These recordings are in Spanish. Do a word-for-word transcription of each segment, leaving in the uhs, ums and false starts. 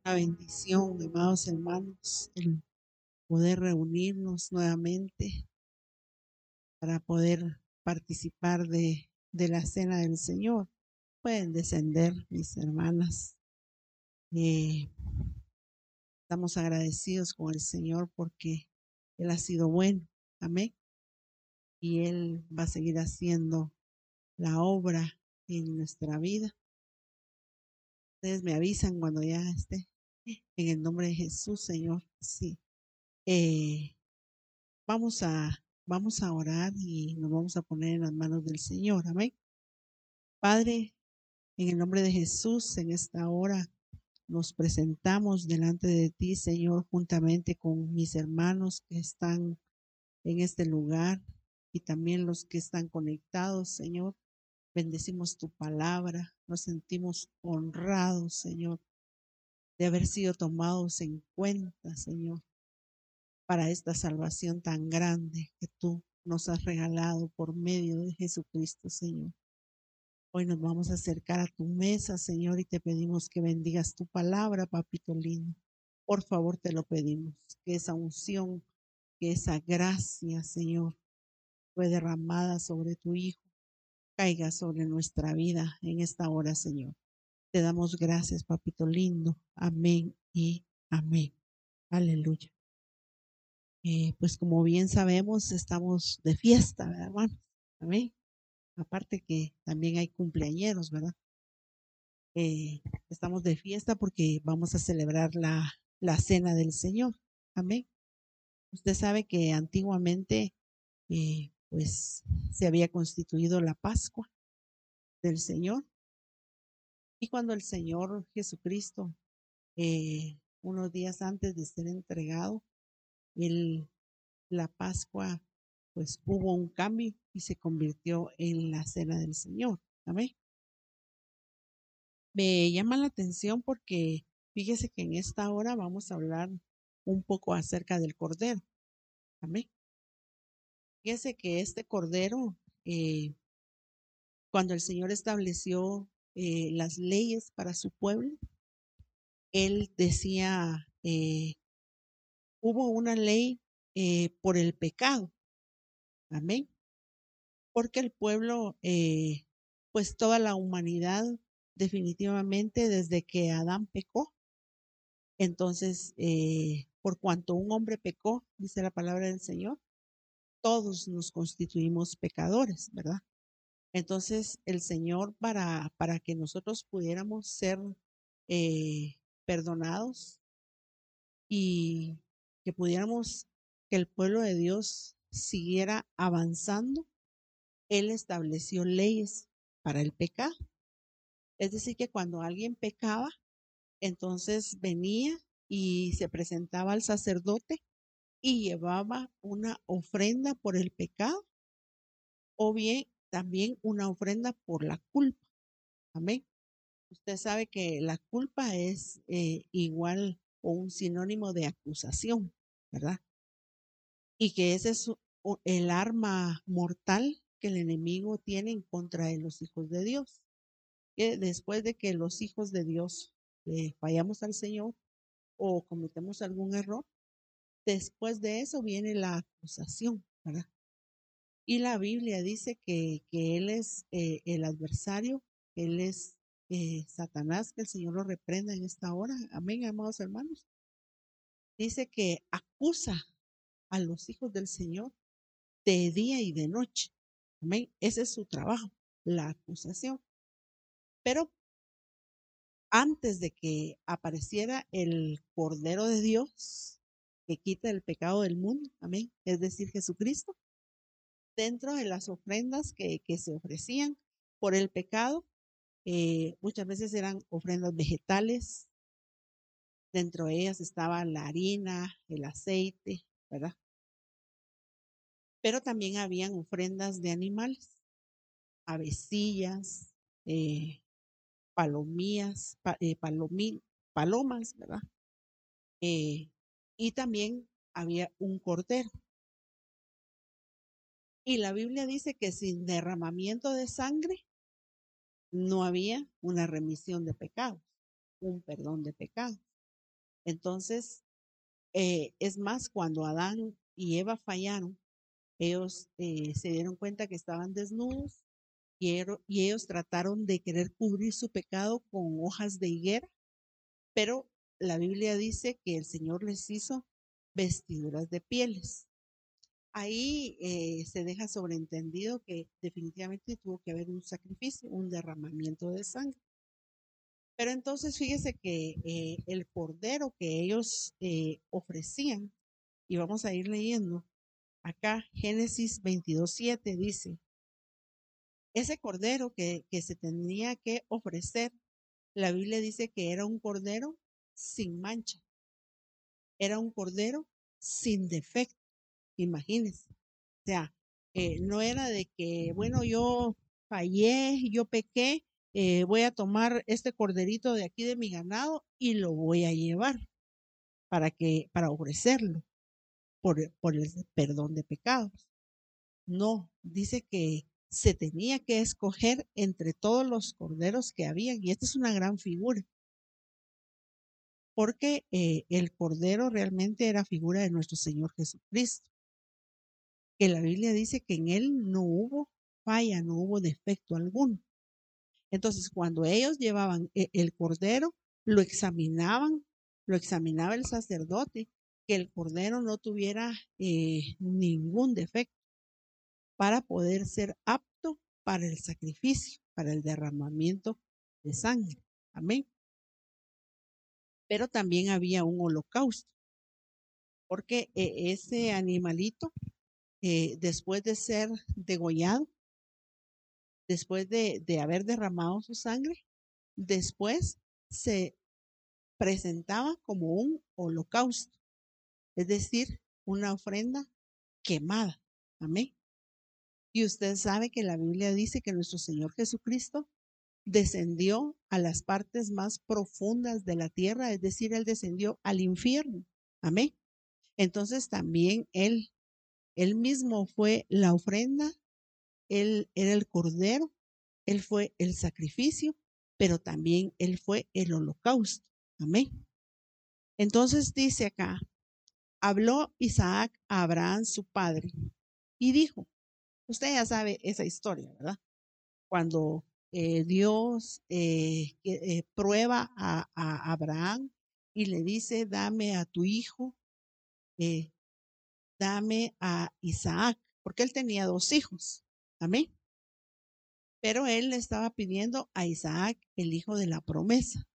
Una bendición, amados hermanos, el poder reunirnos nuevamente para poder participar de, de la cena del Señor. Pueden descender, mis hermanas. Eh, estamos agradecidos con el Señor porque Él ha sido bueno. Amén. Y Él va a seguir haciendo la obra en nuestra vida. Ustedes me avisan cuando ya esté. En el nombre de Jesús, Señor. Sí. Eh, Vamos a, vamos a orar y nos vamos a poner en las manos del Señor. Amén. Padre, en el nombre de Jesús, en esta hora nos presentamos delante de ti, Señor, juntamente con mis hermanos que están en este lugar y también los que están conectados, Señor. Bendecimos tu palabra. Nos sentimos honrados, Señor, de haber sido tomados en cuenta, Señor, para esta salvación tan grande que tú nos has regalado por medio de Jesucristo, Señor. Hoy nos vamos a acercar a tu mesa, Señor, y te pedimos que bendigas tu palabra, papito lindo. Por favor, te lo pedimos, que esa unción, que esa gracia, Señor, fue derramada sobre tu Hijo, caiga sobre nuestra vida en esta hora, Señor. Te damos gracias, papito lindo. Amén y amén. Aleluya. Eh, pues como bien sabemos, estamos de fiesta, ¿verdad, hermanos? Amén. Aparte que también hay cumpleañeros, ¿verdad? Eh, estamos de fiesta porque vamos a celebrar la, la cena del Señor. Amén. Usted sabe que antiguamente, eh, pues, se había constituido la Pascua del Señor. Y cuando el Señor Jesucristo, eh, unos días antes de ser entregado, el, la Pascua, pues hubo un cambio y se convirtió en la cena del Señor. Amén. Me llama la atención porque fíjese que en esta hora vamos a hablar un poco acerca del Cordero. Amén. Fíjese que este Cordero, eh, cuando el Señor estableció eh, las leyes para su pueblo, Él decía, eh, hubo una ley eh, por el pecado. Amén. Porque el pueblo, eh, pues toda la humanidad, definitivamente desde que Adán pecó, entonces, eh, por cuanto un hombre pecó, dice la palabra del Señor, todos nos constituimos pecadores, ¿verdad? Entonces, el Señor, para, para que nosotros pudiéramos ser eh, perdonados y que pudiéramos, que el pueblo de Dios siguiera avanzando, Él estableció leyes para el pecado. Es decir, que cuando alguien pecaba, entonces venía y se presentaba al sacerdote y llevaba una ofrenda por el pecado o bien también una ofrenda por la culpa. Amén. Usted sabe que la culpa es eh, igual o un sinónimo de acusación, ¿verdad? Y que ese es el arma mortal que el enemigo tiene en contra de los hijos de Dios. Que después de que los hijos de Dios le fallamos al Señor o cometemos algún error, después de eso viene la acusación, ¿verdad? Y la Biblia dice que, que Él es eh, el adversario, Él es eh, Satanás, que el Señor lo reprenda en esta hora. Amén, amados hermanos. Dice que acusa a los hijos del Señor de día y de noche. Amén. Ese es su trabajo, la acusación. Pero antes de que apareciera el Cordero de Dios que quita el pecado del mundo, amén, es decir, Jesucristo, dentro de las ofrendas que, que se ofrecían por el pecado, eh, muchas veces eran ofrendas vegetales, dentro de ellas estaba la harina, el aceite, ¿verdad? Pero también habían ofrendas de animales, avecillas, eh, palomías, pa, eh, palomí, palomas, ¿verdad? Eh, y también había un cordero. Y la Biblia dice que sin derramamiento de sangre no había una remisión de pecados, un perdón de pecados. Entonces, eh, es más, cuando Adán y Eva fallaron, ellos eh, se dieron cuenta que estaban desnudos y, ero- y ellos trataron de querer cubrir su pecado con hojas de higuera, pero la Biblia dice que el Señor les hizo vestiduras de pieles. Ahí eh, se deja sobreentendido que definitivamente tuvo que haber un sacrificio, un derramamiento de sangre. Pero entonces fíjese que eh, el cordero que ellos eh, ofrecían, y vamos a ir leyendo acá, Génesis veintidós siete dice, ese cordero que, que se tenía que ofrecer, la Biblia dice que era un cordero sin mancha, era un cordero sin defecto, imagínense. O sea, eh, no era de que, bueno, yo fallé, yo pequé, eh, voy a tomar este corderito de aquí de mi ganado y lo voy a llevar para que, para ofrecerlo por, por el perdón de pecados. No, dice que se tenía que escoger entre todos los corderos que habían, y esta es una gran figura, porque eh, el cordero realmente era figura de nuestro Señor Jesucristo, que la Biblia dice que en él no hubo falla, no hubo defecto alguno. Entonces, cuando ellos llevaban e- el cordero, lo examinaban, lo examinaba el sacerdote, que el cordero no tuviera eh, ningún defecto para poder ser apto para el sacrificio, para el derramamiento de sangre. Amén. Pero también había un holocausto, porque eh, ese animalito, eh, después de ser degollado, después de, de haber derramado su sangre, después se presentaba como un holocausto, es decir, una ofrenda quemada. Amén. Y usted sabe que la Biblia dice que nuestro Señor Jesucristo descendió a las partes más profundas de la tierra, es decir, Él descendió al infierno. Amén. Entonces también Él, Él mismo fue la ofrenda, Él era el cordero, Él fue el sacrificio, pero también Él fue el holocausto. Amén. Entonces dice acá, habló Isaac a Abraham su padre y dijo, usted ya sabe esa historia, ¿verdad? Cuando eh, Dios eh, eh, prueba a, a, Abraham y le dice, dame a tu hijo, eh, dame a Isaac, porque él tenía dos hijos. Amén. Pero él le estaba pidiendo a Isaac, el hijo de la promesa.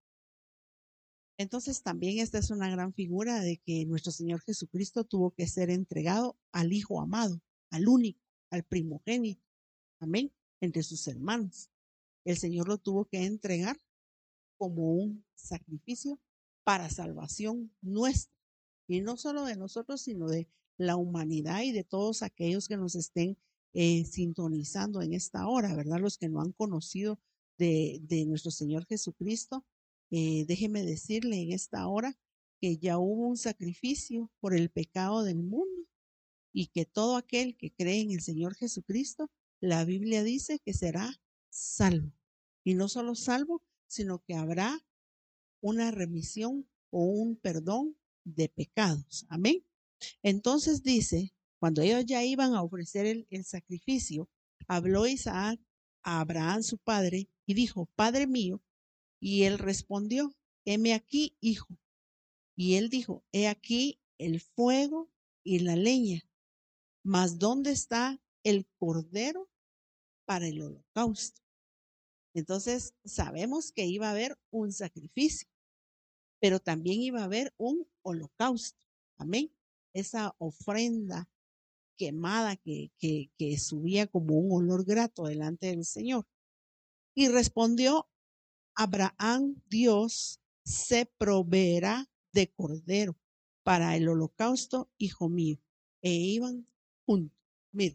Entonces también esta es una gran figura de que nuestro Señor Jesucristo tuvo que ser entregado al Hijo amado, al único, al primogénito. Amén. Entre sus hermanos. El Señor lo tuvo que entregar como un sacrificio para salvación nuestra. Y no solo de nosotros, sino de la humanidad y de todos aquellos que nos estén eh, sintonizando en esta hora, ¿verdad? Los que no han conocido de, de nuestro Señor Jesucristo, eh, déjeme decirle en esta hora que ya hubo un sacrificio por el pecado del mundo y que todo aquel que cree en el Señor Jesucristo, la Biblia dice que será salvo. Y no solo salvo, sino que habrá una remisión o un perdón de pecados. Amén. Entonces dice, cuando ellos ya iban a ofrecer el, el sacrificio, habló Isaac a Abraham su padre y dijo, Padre mío, y él respondió, heme aquí, hijo. Y él dijo, he aquí el fuego y la leña, mas ¿dónde está el cordero para el holocausto? Entonces sabemos que iba a haber un sacrificio, pero también iba a haber un holocausto. Amén. Esa ofrenda quemada que, que, que subía como un olor grato delante del Señor. Y respondió Abraham, Dios se proveerá de cordero para el holocausto, hijo mío. E iban juntos. Mire,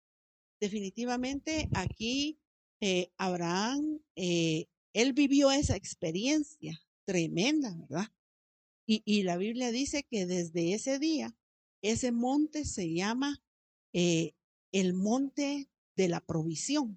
definitivamente aquí eh, Abraham, eh, él vivió esa experiencia tremenda, ¿verdad? Y, y la Biblia dice que desde ese día, ese monte se llama eh, el monte de la provisión,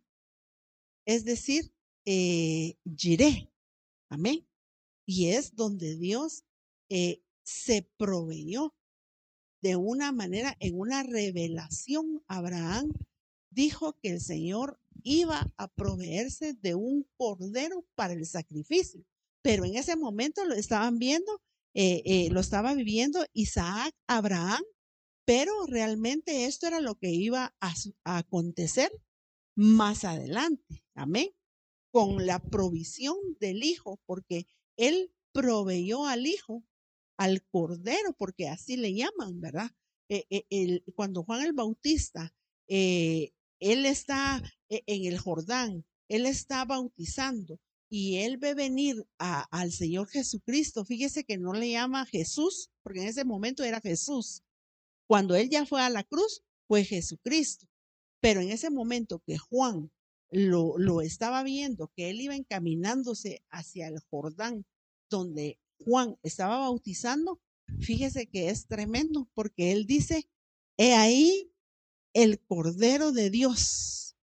es decir, eh, Jireh, amén. Y es donde Dios eh, se proveyó de una manera, en una revelación. Abraham dijo que el Señor iba a proveerse de un cordero para el sacrificio, pero en ese momento lo estaban viendo, eh, eh, lo estaba viviendo Isaac, Abraham, pero realmente esto era lo que iba a, a acontecer más adelante. Amén. Con la provisión del hijo, porque él proveyó al hijo, al cordero, porque así le llaman, ¿verdad? Eh, eh, el, cuando Juan el Bautista, eh, él está en el Jordán, él está bautizando y él ve venir a, al Señor Jesucristo. Fíjese que no le llama Jesús, porque en ese momento era Jesús. Cuando él ya fue a la cruz, fue Jesucristo. Pero en ese momento que Juan lo, lo estaba viendo, que él iba encaminándose hacia el Jordán, donde Juan estaba bautizando, fíjese que es tremendo, porque él dice, he ahí el Cordero de Dios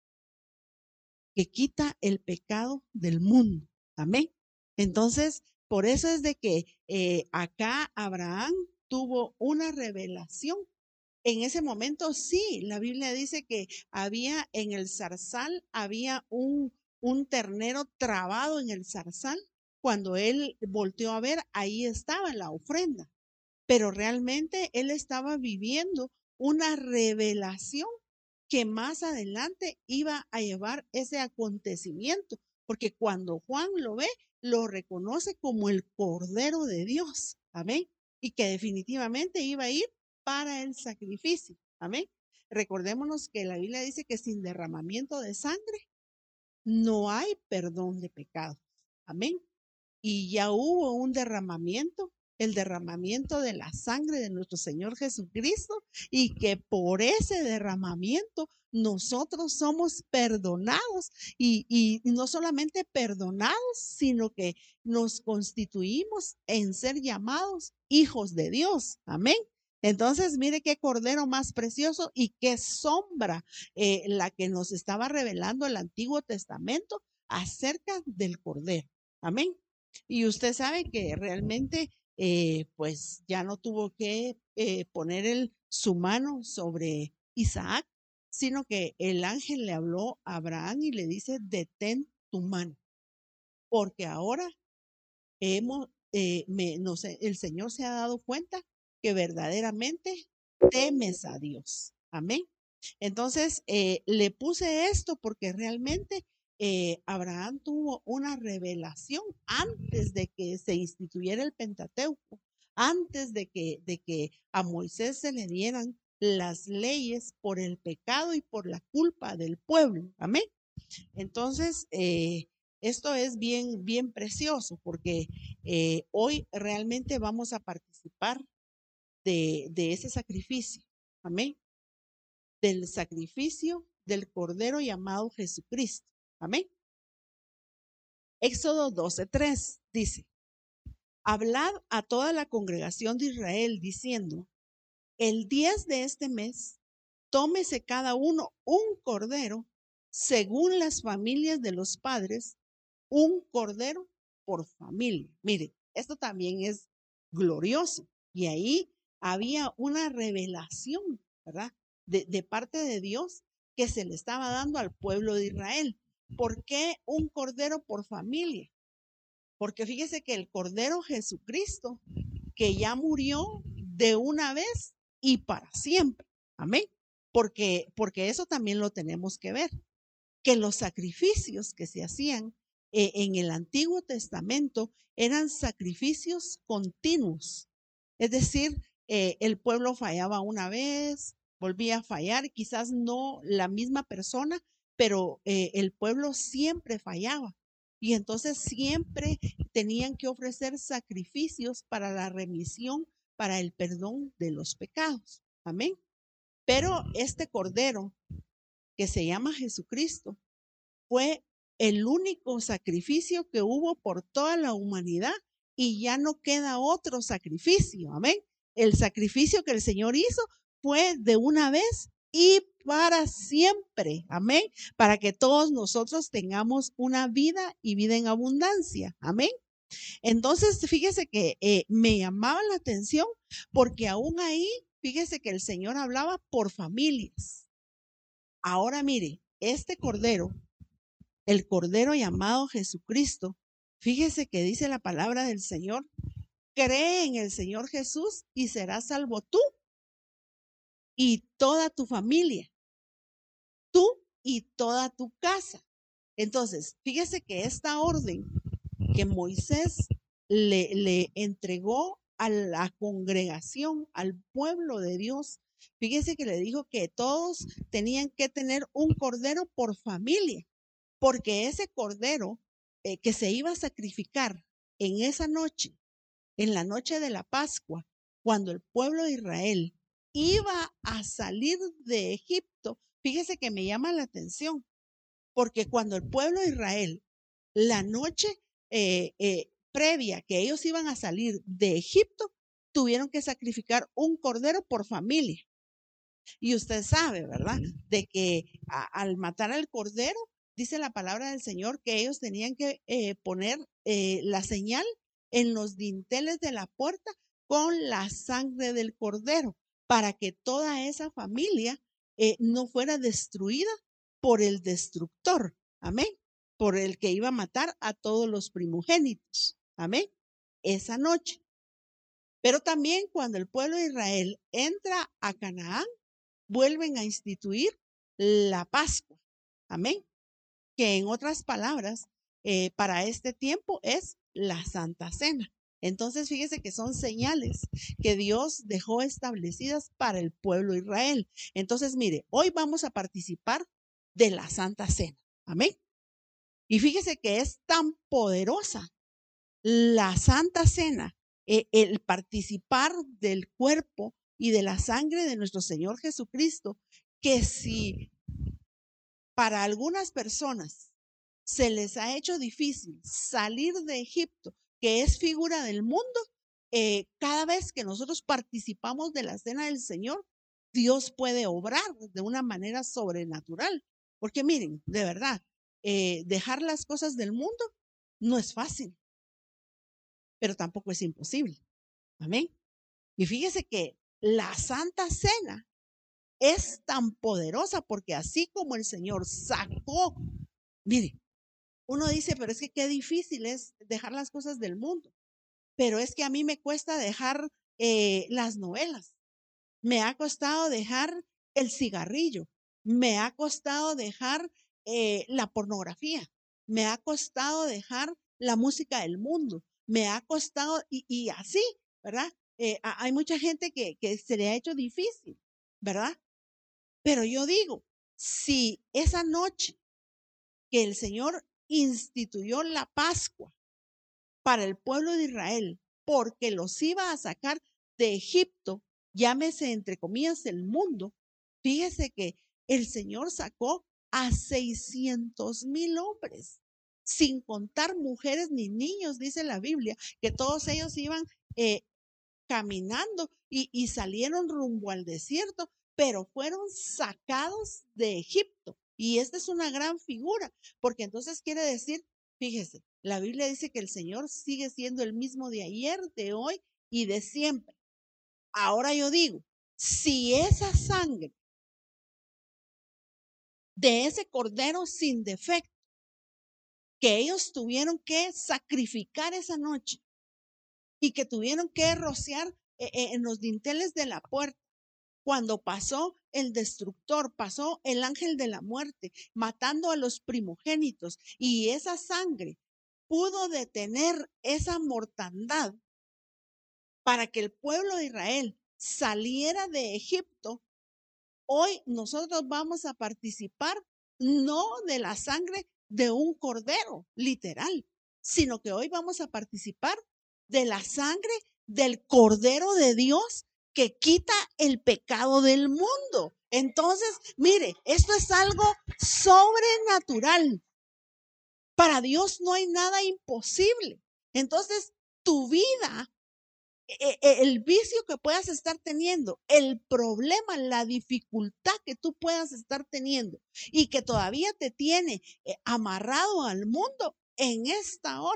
que quita el pecado del mundo. Amén. Entonces, por eso es de que eh, acá Abraham tuvo una revelación. En ese momento sí, la Biblia dice que había en el zarzal, había un, un ternero trabado en el zarzal. Cuando él volteó a ver, ahí estaba la ofrenda. Pero realmente él estaba viviendo una revelación que más adelante iba a llevar ese acontecimiento. Porque cuando Juan lo ve, lo reconoce como el Cordero de Dios. Amén. Y que definitivamente iba a ir para el sacrificio. Amén. Recordémonos que la Biblia dice que sin derramamiento de sangre no hay perdón de pecados. Amén. Y ya hubo un derramamiento, el derramamiento de la sangre de nuestro Señor Jesucristo, y que por ese derramamiento nosotros somos perdonados y, y no solamente perdonados, sino que nos constituimos en ser llamados hijos de Dios. Amén. Entonces, mire qué cordero más precioso y qué sombra eh, la que nos estaba revelando el Antiguo Testamento acerca del cordero. Amén. Y usted sabe que realmente, eh, pues ya no tuvo que eh, poner el, su mano sobre Isaac, sino que el ángel le habló a Abraham y le dice, detén tu mano, porque ahora hemos, eh, me, no sé, el Señor se ha dado cuenta que verdaderamente temes a Dios. Amén. Entonces, eh, le puse esto porque realmente eh, Abraham tuvo una revelación antes de que se instituyera el Pentateuco, antes de que, de que a Moisés se le dieran las leyes por el pecado y por la culpa del pueblo. Amén. Entonces, eh, esto es bien, bien precioso porque eh, hoy realmente vamos a participar de, de ese sacrificio. Amén. Del sacrificio del Cordero llamado Jesucristo. Amén. Éxodo doce tres dice, hablad a toda la congregación de Israel diciendo, el diez de este mes, tómese cada uno un cordero según las familias de los padres, un cordero por familia. Mire, esto también es glorioso. Y ahí había una revelación, ¿verdad? De, de parte de Dios que se le estaba dando al pueblo de Israel. ¿Por qué un cordero por familia? Porque fíjese que el Cordero Jesucristo, que ya murió de una vez y para siempre. Amén. Porque, porque eso también lo tenemos que ver, que los sacrificios que se hacían eh, en el Antiguo Testamento eran sacrificios continuos. Es decir, eh, el pueblo fallaba una vez, volvía a fallar, quizás no la misma persona, pero eh, el pueblo siempre fallaba. Y entonces siempre tenían que ofrecer sacrificios para la remisión, para el perdón de los pecados. Amén. Pero este cordero que se llama Jesucristo fue el único sacrificio que hubo por toda la humanidad y ya no queda otro sacrificio. Amén. El sacrificio que el Señor hizo fue de una vez y para siempre. Amén. Para que todos nosotros tengamos una vida y vida en abundancia. Amén. Entonces, fíjese que eh, me llamaba la atención porque aún ahí, fíjese que el Señor hablaba por familias. Ahora mire, este cordero, el cordero llamado Jesucristo, fíjese que dice la palabra del Señor: cree en el Señor Jesús y serás salvo tú y toda tu familia, tú y toda tu casa. Entonces, fíjese que esta orden que Moisés le, le entregó a la congregación, al pueblo de Dios, fíjese que le dijo que todos tenían que tener un cordero por familia, porque ese cordero eh, que se iba a sacrificar en esa noche, en la noche de la Pascua, cuando el pueblo de Israel iba a salir de Egipto, fíjese que me llama la atención, porque cuando el pueblo de Israel, la noche eh, eh, previa que ellos iban a salir de Egipto, tuvieron que sacrificar un cordero por familia. Y usted sabe, ¿verdad? De que a, al matar al cordero, dice la palabra del Señor que ellos tenían que eh, poner eh, la señal en los dinteles de la puerta con la sangre del cordero, para que toda esa familia eh, no fuera destruida por el destructor. Amén. Por el que iba a matar a todos los primogénitos. Amén. Esa noche. Pero también cuando el pueblo de Israel entra a Canaán, vuelven a instituir la Pascua. Amén. Que en otras palabras, eh, para este tiempo es la Santa Cena. Entonces, fíjese que son señales que Dios dejó establecidas para el pueblo de Israel. Entonces, mire, hoy vamos a participar de la Santa Cena. Amén. Y fíjese que es tan poderosa la Santa Cena, eh, el participar del cuerpo y de la sangre de nuestro Señor Jesucristo, que si para algunas personas se les ha hecho difícil salir de Egipto, que es figura del mundo, eh, cada vez que nosotros participamos de la cena del Señor, Dios puede obrar de una manera sobrenatural. Porque miren, de verdad, eh, dejar las cosas del mundo no es fácil, pero tampoco es imposible. Amén. Y fíjese que la Santa Cena es tan poderosa porque así como el Señor sacó, mire, uno dice, pero es que qué difícil es dejar las cosas del mundo. Pero es que a mí me cuesta dejar eh, las novelas. Me ha costado dejar el cigarrillo. Me ha costado dejar eh, la pornografía. Me ha costado dejar la música del mundo. Me ha costado, y, y así, ¿verdad? Eh, hay mucha gente que, que se le ha hecho difícil, ¿verdad? Pero yo digo, si esa noche que el Señor instituyó la Pascua para el pueblo de Israel, porque los iba a sacar de Egipto, llámese entre comillas el mundo, fíjese que el Señor sacó a seiscientos mil hombres, sin contar mujeres ni niños, dice la Biblia, que todos ellos iban eh, caminando y, y salieron rumbo al desierto, pero fueron sacados de Egipto. Y esta es una gran figura, porque entonces quiere decir, fíjese, la Biblia dice que el Señor sigue siendo el mismo de ayer, de hoy y de siempre. Ahora yo digo, si esa sangre de ese cordero sin defecto que ellos tuvieron que sacrificar esa noche y que tuvieron que rociar en los dinteles de la puerta, cuando pasó el destructor, pasó el ángel de la muerte, matando a los primogénitos, y esa sangre pudo detener esa mortandad para que el pueblo de Israel saliera de Egipto. Hoy nosotros vamos a participar no de la sangre de un cordero, literal, sino que hoy vamos a participar de la sangre del Cordero de Dios que quita el pecado del mundo. Entonces, mire, esto es algo sobrenatural. Para Dios no hay nada imposible. Entonces, tu vida, el vicio que puedas estar teniendo, el problema, la dificultad que tú puedas estar teniendo y que todavía te tiene amarrado al mundo, en esta hora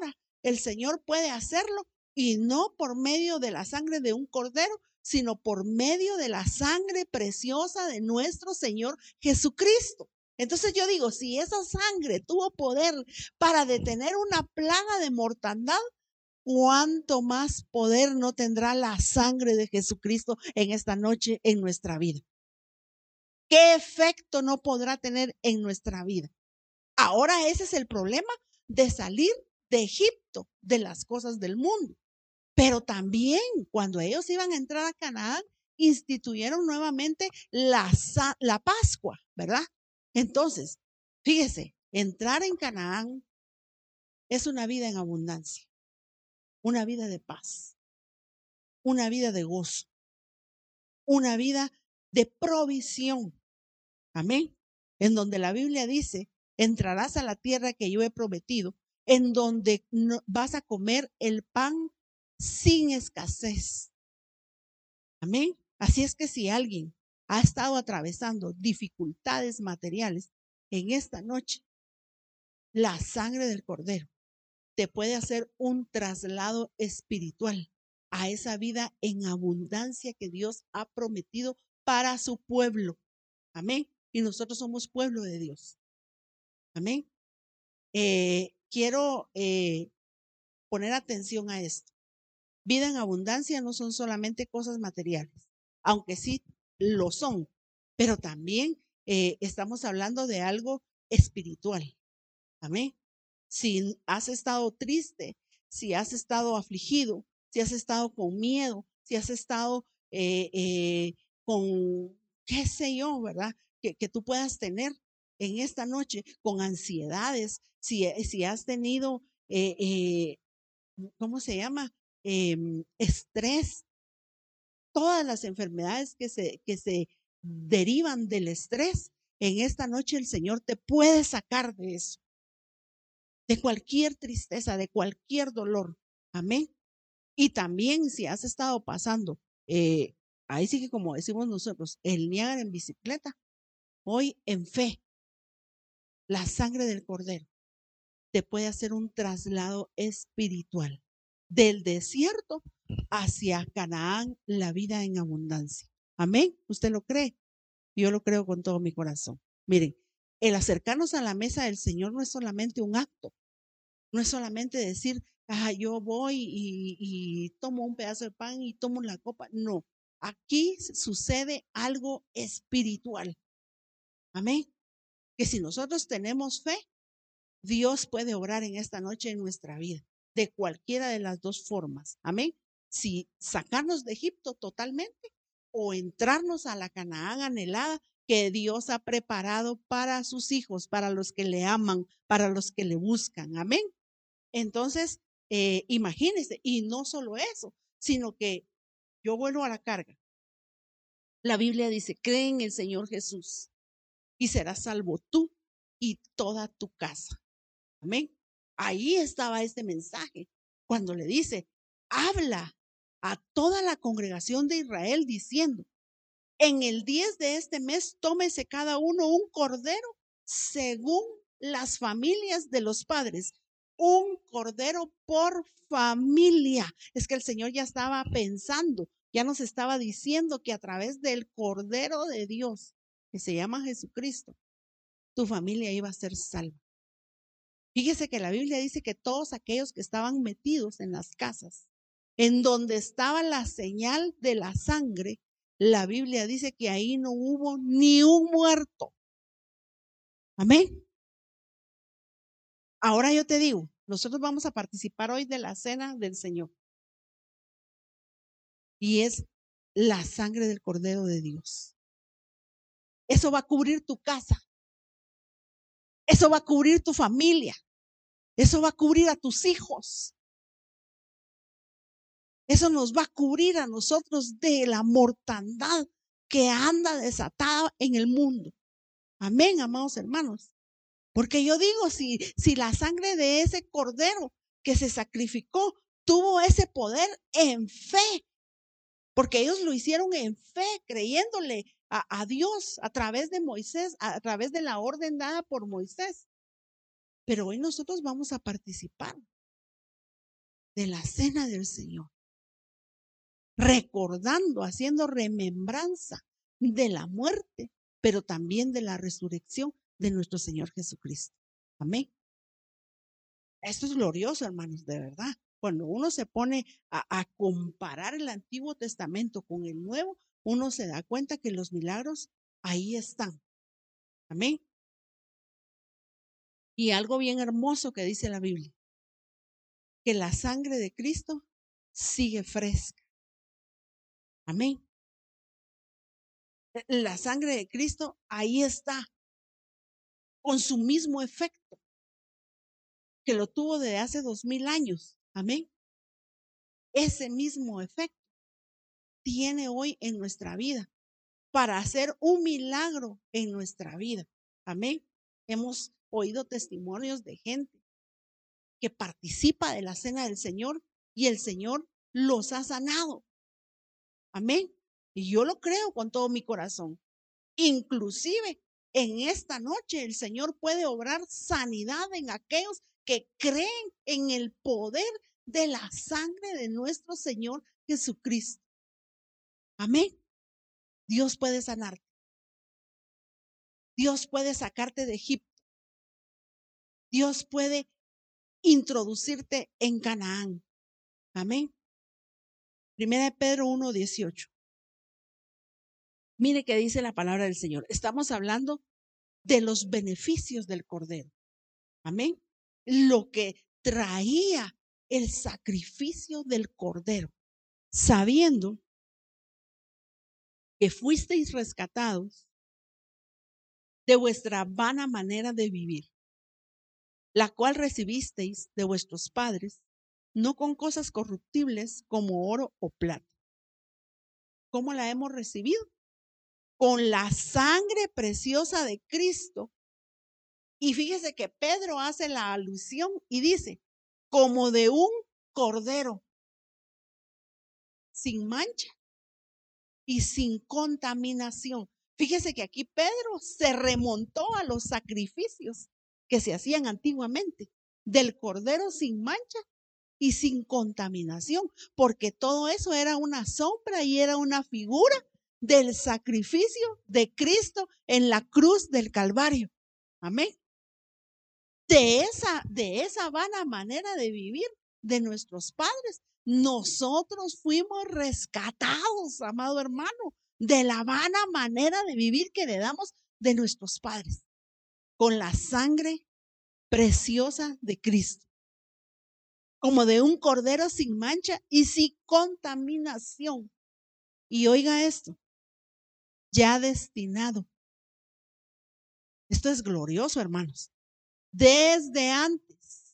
el Señor puede hacerlo, y no por medio de la sangre de un cordero, sino por medio de la sangre preciosa de nuestro Señor Jesucristo. Entonces yo digo, si esa sangre tuvo poder para detener una plaga de mortandad, ¿cuánto más poder no tendrá la sangre de Jesucristo en esta noche en nuestra vida? ¿Qué efecto no podrá tener en nuestra vida? Ahora ese es el problema de salir de Egipto, de las cosas del mundo. Pero también cuando ellos iban a entrar a Canaán, instituyeron nuevamente la, la Pascua, ¿verdad? Entonces, fíjese, entrar en Canaán es una vida en abundancia, una vida de paz, una vida de gozo, una vida de provisión. Amén. En donde la Biblia dice, entrarás a la tierra que yo he prometido, en donde no, vas a comer el pan sin escasez. Amén. Así es que si alguien ha estado atravesando dificultades materiales en esta noche, la sangre del Cordero te puede hacer un traslado espiritual a esa vida en abundancia que Dios ha prometido para su pueblo. Amén. Y nosotros somos pueblo de Dios. Amén. Eh, quiero eh, poner atención a esto. Vida en abundancia no son solamente cosas materiales, aunque sí lo son, pero también eh, estamos hablando de algo espiritual. Amén. Si has estado triste, si has estado afligido, si has estado con miedo, si has estado eh, eh, con, qué sé yo, ¿verdad? Que, que tú puedas tener en esta noche con ansiedades, si, si has tenido, eh, eh, ¿cómo se llama? Eh, estrés, todas las enfermedades que se, que se derivan del estrés, en esta noche el Señor te puede sacar de eso, de cualquier tristeza, de cualquier dolor. Amén. Y también si has estado pasando, eh, ahí sí que como decimos nosotros, el Niágara en bicicleta, hoy en fe, la sangre del Cordero te puede hacer un traslado espiritual del desierto hacia Canaán, la vida en abundancia. Amén. ¿Usted lo cree? Yo lo creo con todo mi corazón. Miren, el acercarnos a la mesa del Señor no es solamente un acto, no es solamente decir, ah, yo voy y, y tomo un pedazo de pan y tomo la copa. No, aquí sucede algo espiritual. Amén. Que si nosotros tenemos fe, Dios puede obrar en esta noche en nuestra vida, de cualquiera de las dos formas. Amén. Si sacarnos de Egipto totalmente o entrarnos a la Canaán anhelada que Dios ha preparado para sus hijos, para los que le aman, para los que le buscan. Amén. Entonces, eh, imagínense, y no solo eso, sino que yo vuelvo a la carga. La Biblia dice, cree en el Señor Jesús y serás salvo tú y toda tu casa. Amén. Ahí estaba este mensaje cuando le dice, habla a toda la congregación de Israel diciendo, en el diez de este mes tómese cada uno un cordero según las familias de los padres. Un cordero por familia. Es que el Señor ya estaba pensando, ya nos estaba diciendo que a través del Cordero de Dios, que se llama Jesucristo, tu familia iba a ser salva. Fíjese que la Biblia dice que todos aquellos que estaban metidos en las casas, en donde estaba la señal de la sangre, la Biblia dice que ahí no hubo ni un muerto. Amén. Ahora yo te digo, nosotros vamos a participar hoy de la cena del Señor. Y es la sangre del Cordero de Dios. Eso va a cubrir tu casa. Eso va a cubrir tu familia. Eso va a cubrir a tus hijos. Eso nos va a cubrir a nosotros de la mortandad que anda desatada en el mundo. Amén, amados hermanos. Porque yo digo, si, si la sangre de ese cordero que se sacrificó tuvo ese poder en fe, porque ellos lo hicieron en fe, creyéndole a, a Dios a través de Moisés, a, a través de la orden dada por Moisés. Pero hoy nosotros vamos a participar de la cena del Señor, recordando, haciendo remembranza de la muerte, pero también de la resurrección de nuestro Señor Jesucristo. Amén. Esto es glorioso, hermanos, de verdad. Cuando uno se pone a, a comparar el Antiguo Testamento con el Nuevo, uno se da cuenta que los milagros ahí están. Amén. Y algo bien hermoso que dice la Biblia, que la sangre de Cristo sigue fresca. Amén. La sangre de Cristo ahí está, con su mismo efecto que lo tuvo desde hace dos mil años. Amén. Ese mismo efecto tiene hoy en nuestra vida para hacer un milagro en nuestra vida. Amén. Hemos oído testimonios de gente que participa de la cena del Señor y el Señor los ha sanado. Amén. Y yo lo creo con todo mi corazón. Inclusive en esta noche el Señor puede obrar sanidad en aquellos que creen en el poder de la sangre de nuestro Señor Jesucristo. Amén. Dios puede sanarte. Dios puede sacarte de Egipto. Dios puede introducirte en Canaán. Amén. Primera de Pedro uno dieciocho. Mire qué dice la palabra del Señor. Estamos hablando de los beneficios del Cordero. Amén. Lo que traía el sacrificio del Cordero, sabiendo que fuisteis rescatados de vuestra vana manera de vivir, la cual recibisteis de vuestros padres, no con cosas corruptibles como oro o plata. ¿Cómo la hemos recibido? Con la sangre preciosa de Cristo. Y fíjese que Pedro hace la alusión y dice, como de un cordero, sin mancha y sin contaminación. Fíjese que aquí Pedro se remontó a los sacrificios que se hacían antiguamente, del cordero sin mancha y sin contaminación, porque todo eso era una sombra y era una figura del sacrificio de Cristo en la cruz del Calvario. Amén. De esa, de esa vana manera de vivir de nuestros padres, nosotros fuimos rescatados, amado hermano, de la vana manera de vivir que heredamos de nuestros padres, con la sangre preciosa de Cristo, como de un cordero sin mancha y sin contaminación. Y oiga esto, ya destinado. Esto es glorioso, hermanos. Desde antes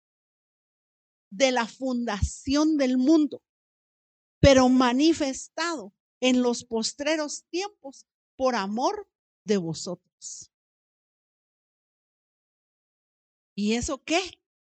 de la fundación del mundo, pero manifestado en los postreros tiempos por amor de vosotros. ¿Y eso qué?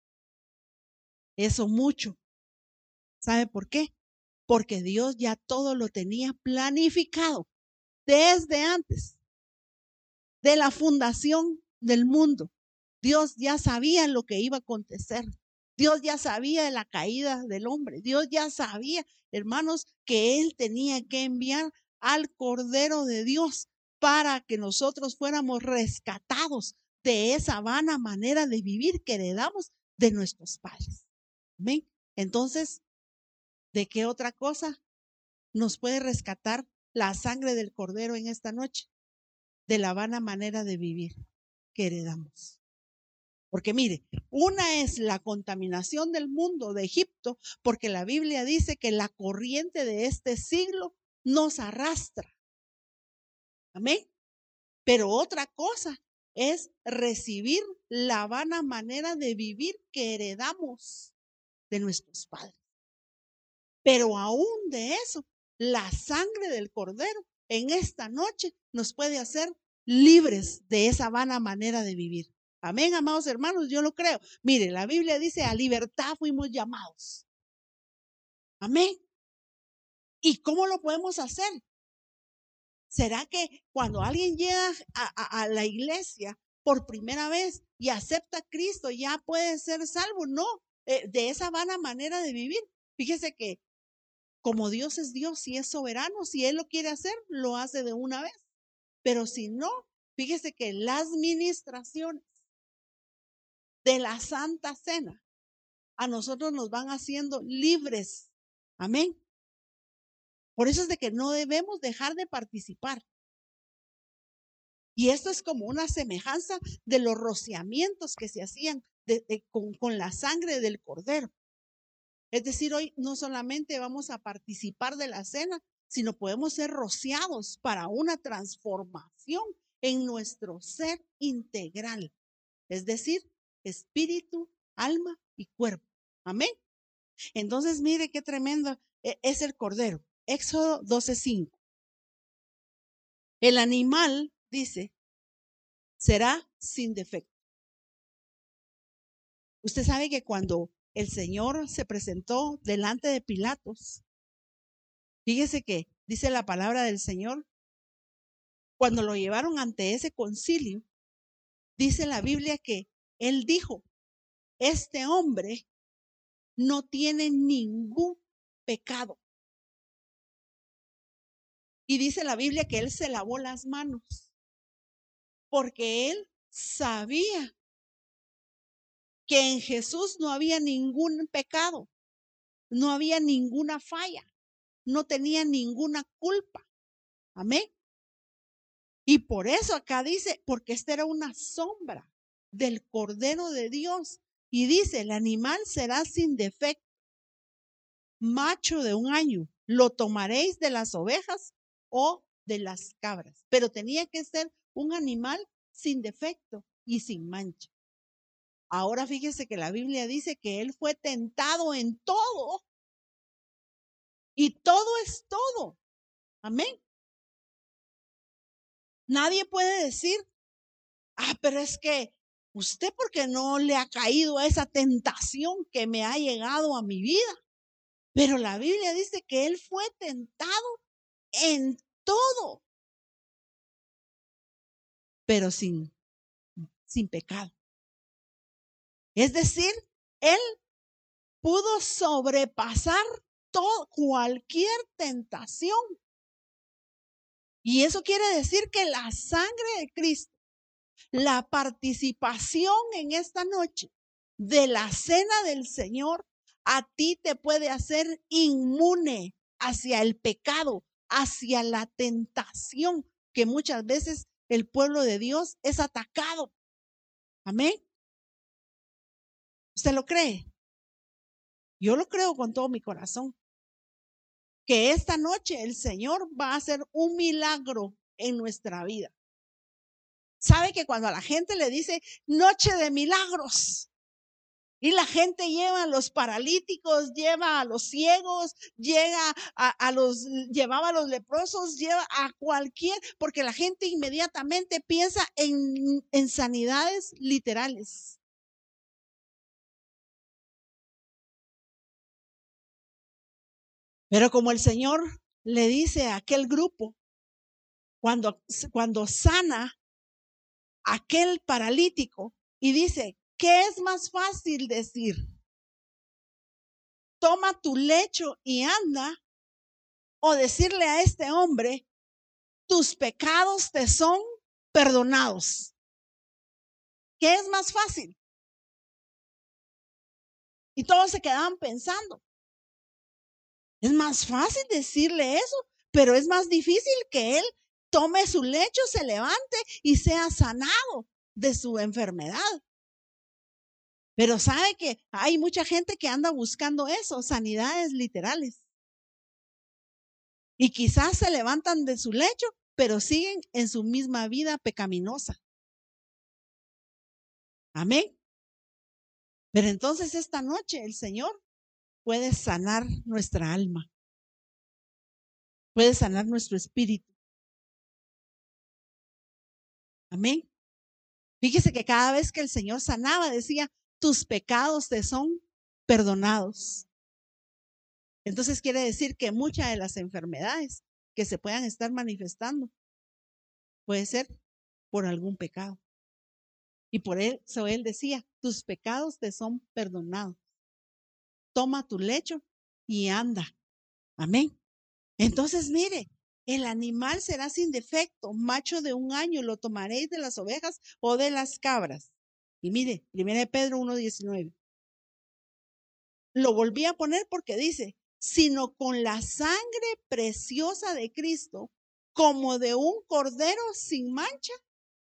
Eso mucho. ¿Sabe por qué? Porque Dios ya todo lo tenía planificado desde antes de la fundación del mundo. Dios ya sabía lo que iba a acontecer. Dios ya sabía de la caída del hombre. Dios ya sabía, hermanos, que Él tenía que enviar al Cordero de Dios para que nosotros fuéramos rescatados de esa vana manera de vivir que heredamos de nuestros padres. ¿Amén? Entonces, ¿de qué otra cosa nos puede rescatar la sangre del Cordero en esta noche? De la vana manera de vivir que heredamos. Porque mire, una es la contaminación del mundo de Egipto, porque la Biblia dice que la corriente de este siglo nos arrastra. Amén. Pero otra cosa es recibir la vana manera de vivir que heredamos de nuestros padres. Pero aún de eso, la sangre del Cordero en esta noche nos puede hacer libres de esa vana manera de vivir. Amén, amados hermanos, yo lo creo. Mire, la Biblia dice, a libertad fuimos llamados. Amén. ¿Y cómo lo podemos hacer? ¿Será que cuando alguien llega a, a, a la iglesia por primera vez y acepta a Cristo ya puede ser salvo? No, eh, de esa vana manera de vivir. Fíjese que como Dios es Dios y es soberano, si Él lo quiere hacer, lo hace de una vez. Pero si no, fíjese que las ministraciones de la Santa Cena a nosotros nos van haciendo libres. Amén. Por eso es de que no debemos dejar de participar. Y esto es como una semejanza de los rociamientos que se hacían de, de, con, con la sangre del cordero. Es decir, hoy no solamente vamos a participar de la cena, sino podemos ser rociados para una transformación en nuestro ser integral. Es decir, espíritu, alma y cuerpo. Amén. Entonces, mire qué tremendo es el cordero. Éxodo doce cinco. El animal, dice, será sin defecto. Usted sabe que cuando el Señor se presentó delante de Pilatos, fíjese que dice la palabra del Señor, cuando lo llevaron ante ese concilio, dice la Biblia que él dijo, este hombre no tiene ningún pecado. Y dice la Biblia que él se lavó las manos porque él sabía que en Jesús no había ningún pecado, no había ninguna falla, no tenía ninguna culpa. Amén. Y por eso acá dice, porque esta era una sombra del Cordero de Dios. Y dice, el animal será sin defecto, macho de un año, lo tomaréis de las ovejas o de las cabras. Pero tenía que ser un animal sin defecto y sin mancha. Ahora fíjese que la Biblia dice que él fue tentado en todo. Y todo es todo. Amén. Nadie puede decir, ah, pero es que usted porque no le ha caído a esa tentación que me ha llegado a mi vida. Pero la Biblia dice que él fue tentado en todo, pero sin, sin pecado. Es decir, él pudo sobrepasar todo, cualquier tentación. Y eso quiere decir que la sangre de Cristo, la participación en esta noche de la cena del Señor, a ti te puede hacer inmune hacia el pecado, hacia la tentación que muchas veces el pueblo de Dios es atacado. Amén. ¿Usted lo cree? Yo lo creo con todo mi corazón. Que esta noche el Señor va a hacer un milagro en nuestra vida. ¿Sabe que cuando a la gente le dice noche de milagros? Y la gente lleva a los paralíticos, lleva a los ciegos, llega a, a los, llevaba a los leprosos, lleva a cualquier, porque la gente inmediatamente piensa en, en sanidades literales. Pero como el Señor le dice a aquel grupo, cuando, cuando sana a aquel paralítico y dice, ¿qué es más fácil decir? Toma tu lecho y anda, o decirle a este hombre, tus pecados te son perdonados. ¿Qué es más fácil? Y todos se quedaban pensando, es más fácil decirle eso, pero es más difícil que él tome su lecho, se levante y sea sanado de su enfermedad. Pero sabe que hay mucha gente que anda buscando eso, sanidades literales. Y quizás se levantan de su lecho, pero siguen en su misma vida pecaminosa. Amén. Pero entonces esta noche el Señor puede sanar nuestra alma, puede sanar nuestro espíritu. Amén. Fíjese que cada vez que el Señor sanaba decía, tus pecados te son perdonados. Entonces quiere decir que muchas de las enfermedades que se puedan estar manifestando puede ser por algún pecado. Y por eso él decía, tus pecados te son perdonados. toma tu lecho y anda. Amén. Entonces, mire, el animal será sin defecto, macho de un año, lo tomaréis de las ovejas o de las cabras. Y mire, primera de Pedro uno diecinueve. Lo volví a poner porque dice, sino con la sangre preciosa de Cristo, como de un cordero sin mancha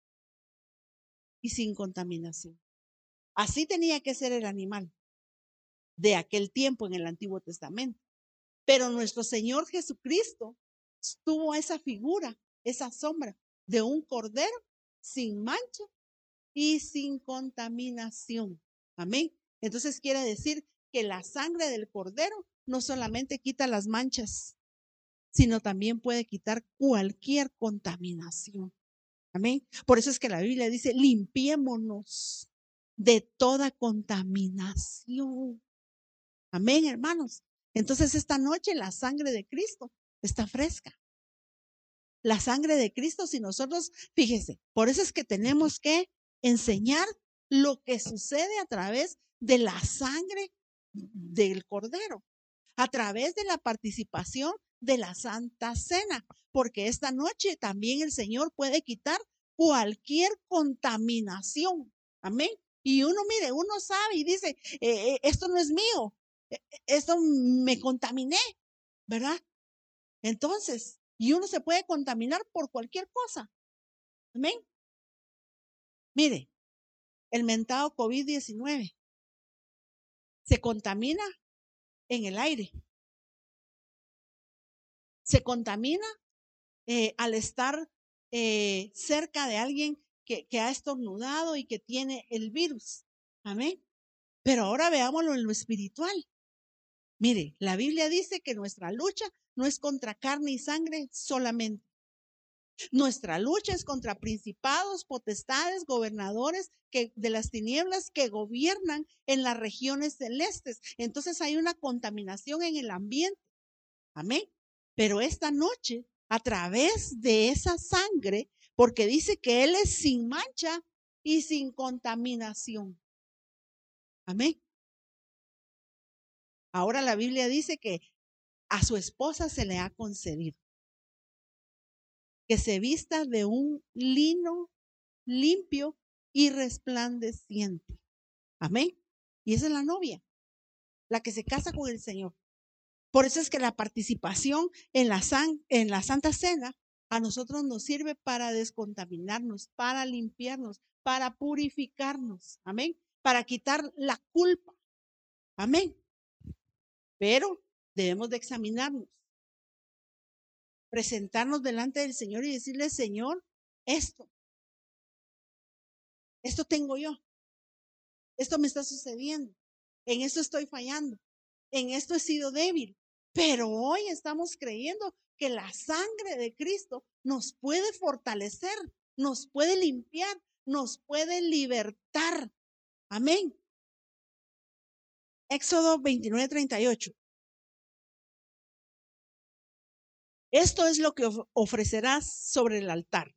y sin contaminación. Así tenía que ser el animal de aquel tiempo en el Antiguo Testamento. Pero nuestro Señor Jesucristo tuvo esa figura, esa sombra de un cordero sin mancha y sin contaminación. Amén. Entonces quiere decir que la sangre del cordero no solamente quita las manchas, sino también puede quitar cualquier contaminación. Amén. Por eso es que la Biblia dice, limpiémonos de toda contaminación. Amén, hermanos. Entonces esta noche la sangre de Cristo está fresca. La sangre de Cristo, si nosotros, fíjese, por eso es que tenemos que enseñar lo que sucede a través de la sangre del Cordero, a través de la participación de la Santa Cena, porque esta noche también el Señor puede quitar cualquier contaminación. Amén. Y uno, mire, uno sabe y dice, eh, eh, esto no es mío, eh, esto me contaminé, ¿verdad? Entonces, y uno se puede contaminar por cualquier cosa. Amén. Mire, el mentado COVID diecinueve se contamina en el aire. Se contamina eh, al estar eh, cerca de alguien que, que ha estornudado y que tiene el virus. Amén. Pero ahora veámoslo en lo espiritual. Mire, la Biblia dice que nuestra lucha no es contra carne y sangre solamente. Nuestra lucha es contra principados, potestades, gobernadores que, de las tinieblas que gobiernan en las regiones celestes. Entonces hay una contaminación en el ambiente. Amén. Pero esta noche, a través de esa sangre, porque dice que Él es sin mancha y sin contaminación. Amén. Ahora la Biblia dice que a su esposa se le ha concedido que se vista de un lino limpio y resplandeciente. Amén. Y esa es la novia, la que se casa con el Señor. Por eso es que la participación en la, san, en la Santa Cena a nosotros nos sirve para descontaminarnos, para limpiarnos, para purificarnos. Amén. Para quitar la culpa. Amén. Pero debemos de examinarnos, presentarnos delante del Señor y decirle, Señor, esto, esto tengo yo. Esto me está sucediendo. En esto estoy fallando. En esto he sido débil. Pero hoy estamos creyendo que la sangre de Cristo nos puede fortalecer, nos puede limpiar, nos puede libertar. Amén. Éxodo veintinueve, treinta y ocho. Esto es lo que ofrecerás sobre el altar.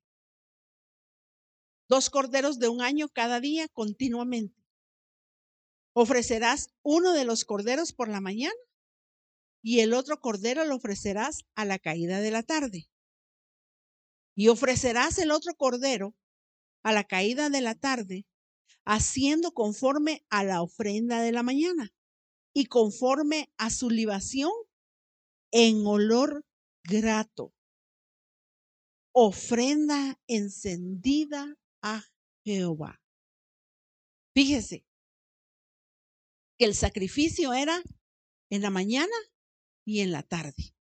Dos corderos de un año cada día continuamente. Ofrecerás uno de los corderos por la mañana y el otro cordero lo ofrecerás a la caída de la tarde. Y ofrecerás el otro cordero a la caída de la tarde, haciendo conforme a la ofrenda de la mañana y conforme a su libación en olor grato. Ofrenda encendida a Jehová. Fíjese que el sacrificio era en la mañana y en la tarde.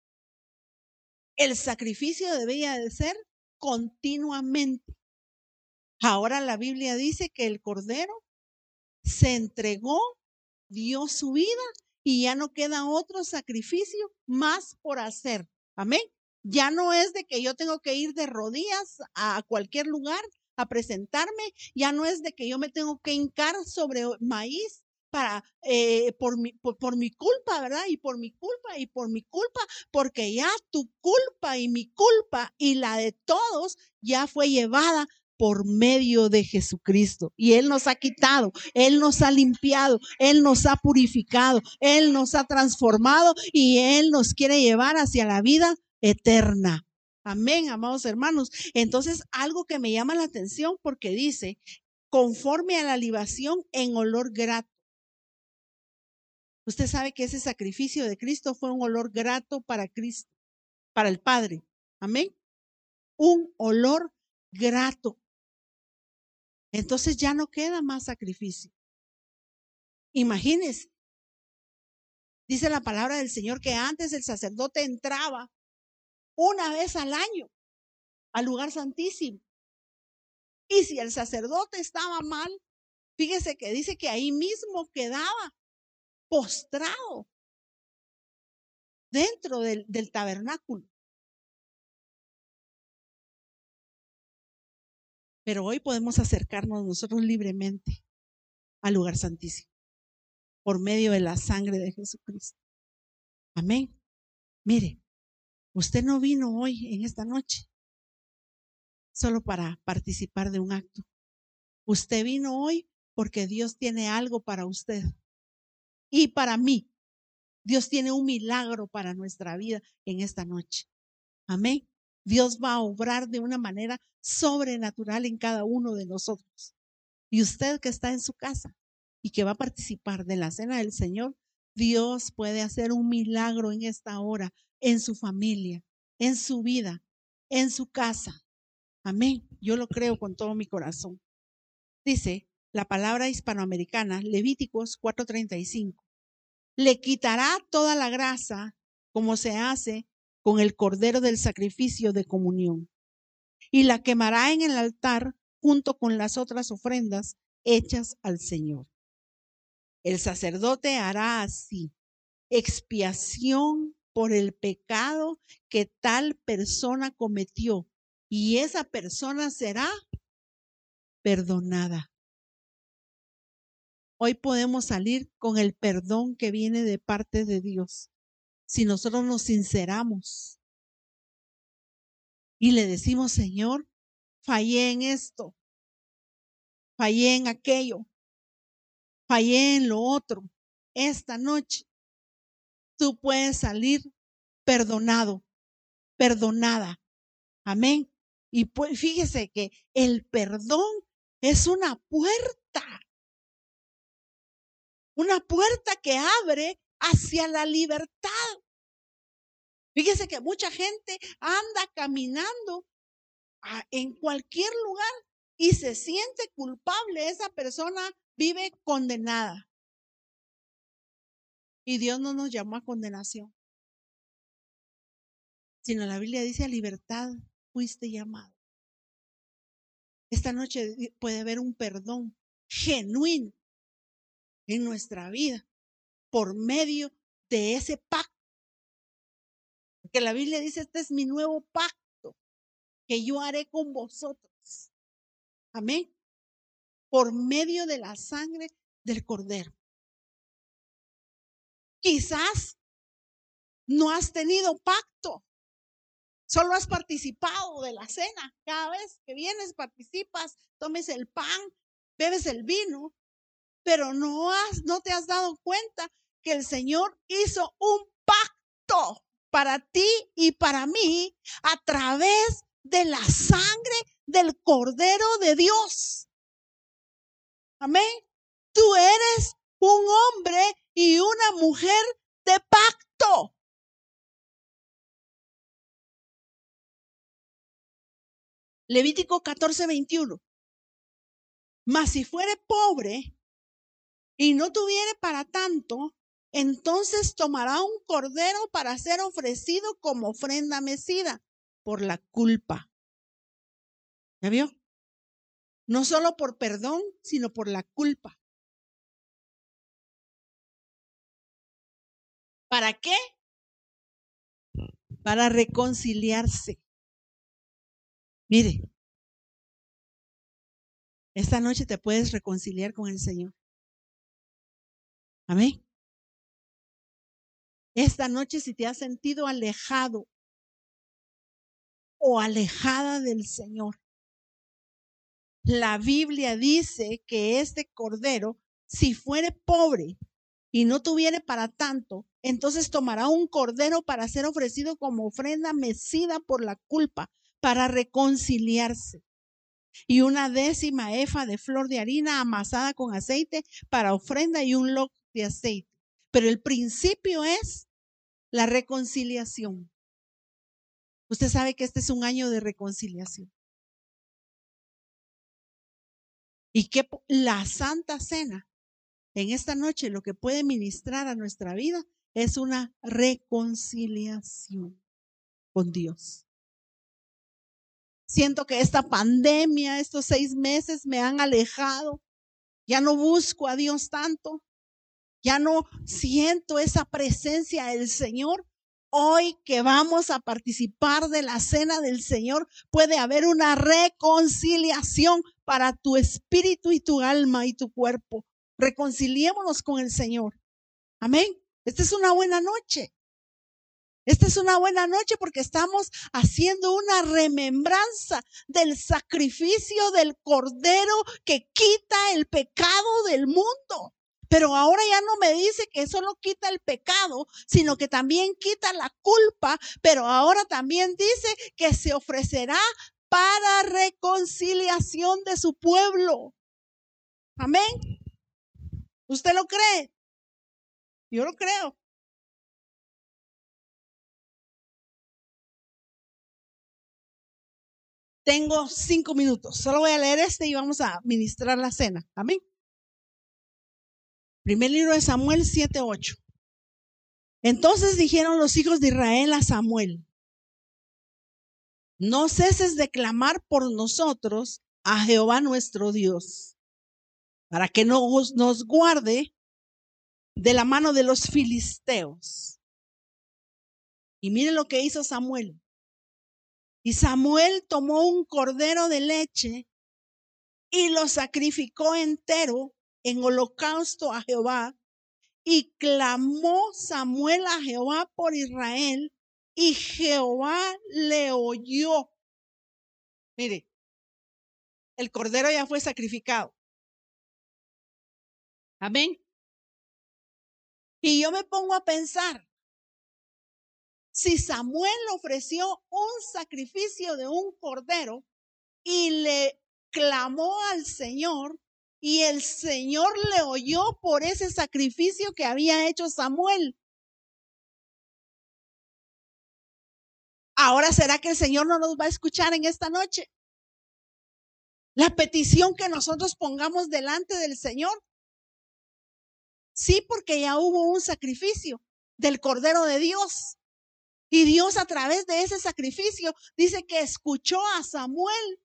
El sacrificio debía de ser continuamente. Ahora la Biblia dice que el Cordero se entregó, dio su vida y ya no queda otro sacrificio más por hacer. Amén. Ya no es de que yo tengo que ir de rodillas a cualquier lugar a presentarme. Ya no es de que yo me tengo que hincar sobre maíz para eh, por mi por, por mi culpa, ¿verdad? Y por mi culpa y por mi culpa, porque ya tu culpa y mi culpa y la de todos ya fue llevada por medio de Jesucristo. Y Él nos ha quitado, Él nos ha limpiado, Él nos ha purificado, Él nos ha transformado y Él nos quiere llevar hacia la vida eterna. Amén, amados hermanos. Entonces, algo que me llama la atención porque dice, conforme a la libación en olor grato. Usted sabe que ese sacrificio de Cristo fue un olor grato para Cristo, para el Padre. Amén. Un olor grato. Entonces ya no queda más sacrificio. Imagínense. Dice la palabra del Señor que antes el sacerdote entraba una vez al año al lugar santísimo. Y si el sacerdote estaba mal, fíjese que dice que ahí mismo quedaba postrado dentro del, del tabernáculo. Pero hoy podemos acercarnos nosotros libremente al lugar santísimo por medio de la sangre de Jesucristo. Amén. Mire, usted no vino hoy en esta noche solo para participar de un acto. Usted vino hoy porque Dios tiene algo para usted y para mí. Dios tiene un milagro para nuestra vida en esta noche. Amén. Dios va a obrar de una manera sobrenatural en cada uno de nosotros. Y usted que está en su casa y que va a participar de la cena del Señor, Dios puede hacer un milagro en esta hora, en su familia, en su vida, en su casa. Amén. Yo lo creo con todo mi corazón. Dice la palabra hispanoamericana, Levíticos cuatro treinta y cinco. Le quitará toda la grasa como se hace con el cordero del sacrificio de comunión y la quemará en el altar junto con las otras ofrendas hechas al Señor. El sacerdote hará así expiación por el pecado que tal persona cometió y esa persona será perdonada. Hoy podemos salir con el perdón que viene de parte de Dios si nosotros nos sinceramos y le decimos, Señor, fallé en esto, fallé en aquello, fallé en lo otro. Esta noche tú puedes salir perdonado, perdonada. Amén. Y pues fíjese que el perdón es una puerta, una puerta que abre hacia la libertad. Fíjese que mucha gente anda caminando a, en cualquier lugar y se siente culpable. Esa persona vive condenada. Y Dios no nos llamó a condenación, sino la Biblia dice a libertad fuiste llamado. Esta noche puede haber un perdón genuino en nuestra vida por medio de ese pacto. Porque la Biblia dice, este es mi nuevo pacto que yo haré con vosotros. Amén. Por medio de la sangre del Cordero. Quizás no has tenido pacto. Solo has participado de la cena. Cada vez que vienes, participas, tomes el pan, bebes el vino, pero no has, no te has dado cuenta que el Señor hizo un pacto para ti y para mí a través de la sangre del Cordero de Dios. Amén. Tú eres un hombre y una mujer de pacto. Levítico catorce veintiuno. Mas si fuere pobre y no tuviere para tanto, entonces tomará un cordero para ser ofrecido como ofrenda mecida por la culpa. ¿Ya vio? No solo por perdón, sino por la culpa. ¿Para qué? Para reconciliarse. Mire, esta noche te puedes reconciliar con el Señor. Amén. Esta noche si te has sentido alejado o alejada del Señor, La Biblia dice que este cordero, si fuere pobre y no tuviere para tanto, entonces tomará un cordero para ser ofrecido como ofrenda mecida por la culpa, para reconciliarse. Y una décima efa de flor de harina amasada con aceite para ofrenda y un lote de aceite. Pero el principio es la reconciliación. Usted sabe que este es un año de reconciliación. Y que la Santa Cena en esta noche lo que puede ministrar a nuestra vida es una reconciliación con Dios. Siento que esta pandemia, estos seis meses me han alejado. Ya no busco a Dios tanto. Ya no siento esa presencia del Señor. Hoy que vamos a participar de la cena del Señor, puede haber una reconciliación para tu espíritu y tu alma y tu cuerpo. Reconciliémonos con el Señor. Amén. Esta es una buena noche. Esta es una buena noche porque estamos haciendo una remembranza del sacrificio del Cordero que quita el pecado del mundo. Pero ahora ya no me dice que solo quita el pecado, sino que también quita la culpa, pero ahora también dice que se ofrecerá para reconciliación de su pueblo. Amén. ¿Usted lo cree? Yo lo creo. Tengo cinco minutos. Solo voy a leer este y vamos a ministrar la cena. Amén. Primer libro de Samuel siete ocho. Entonces dijeron los hijos de Israel a Samuel: no ceses de clamar por nosotros a Jehová nuestro Dios, para que nos, nos guarde de la mano de los filisteos. Y miren lo que hizo Samuel. Y Samuel tomó un cordero de leche y lo sacrificó entero en holocausto a Jehová. Y clamó Samuel a Jehová por Israel, y Jehová le oyó. Mire, el cordero ya fue sacrificado. Amén. Y yo me pongo a pensar, si Samuel ofreció un sacrificio de un cordero y le clamó al Señor, y el Señor le oyó por ese sacrificio que había hecho Samuel, ¿ahora será que el Señor no nos va a escuchar en esta noche? La petición que nosotros pongamos delante del Señor. Sí, porque ya hubo un sacrificio del Cordero de Dios. Y Dios a través de ese sacrificio dice que escuchó a Samuel.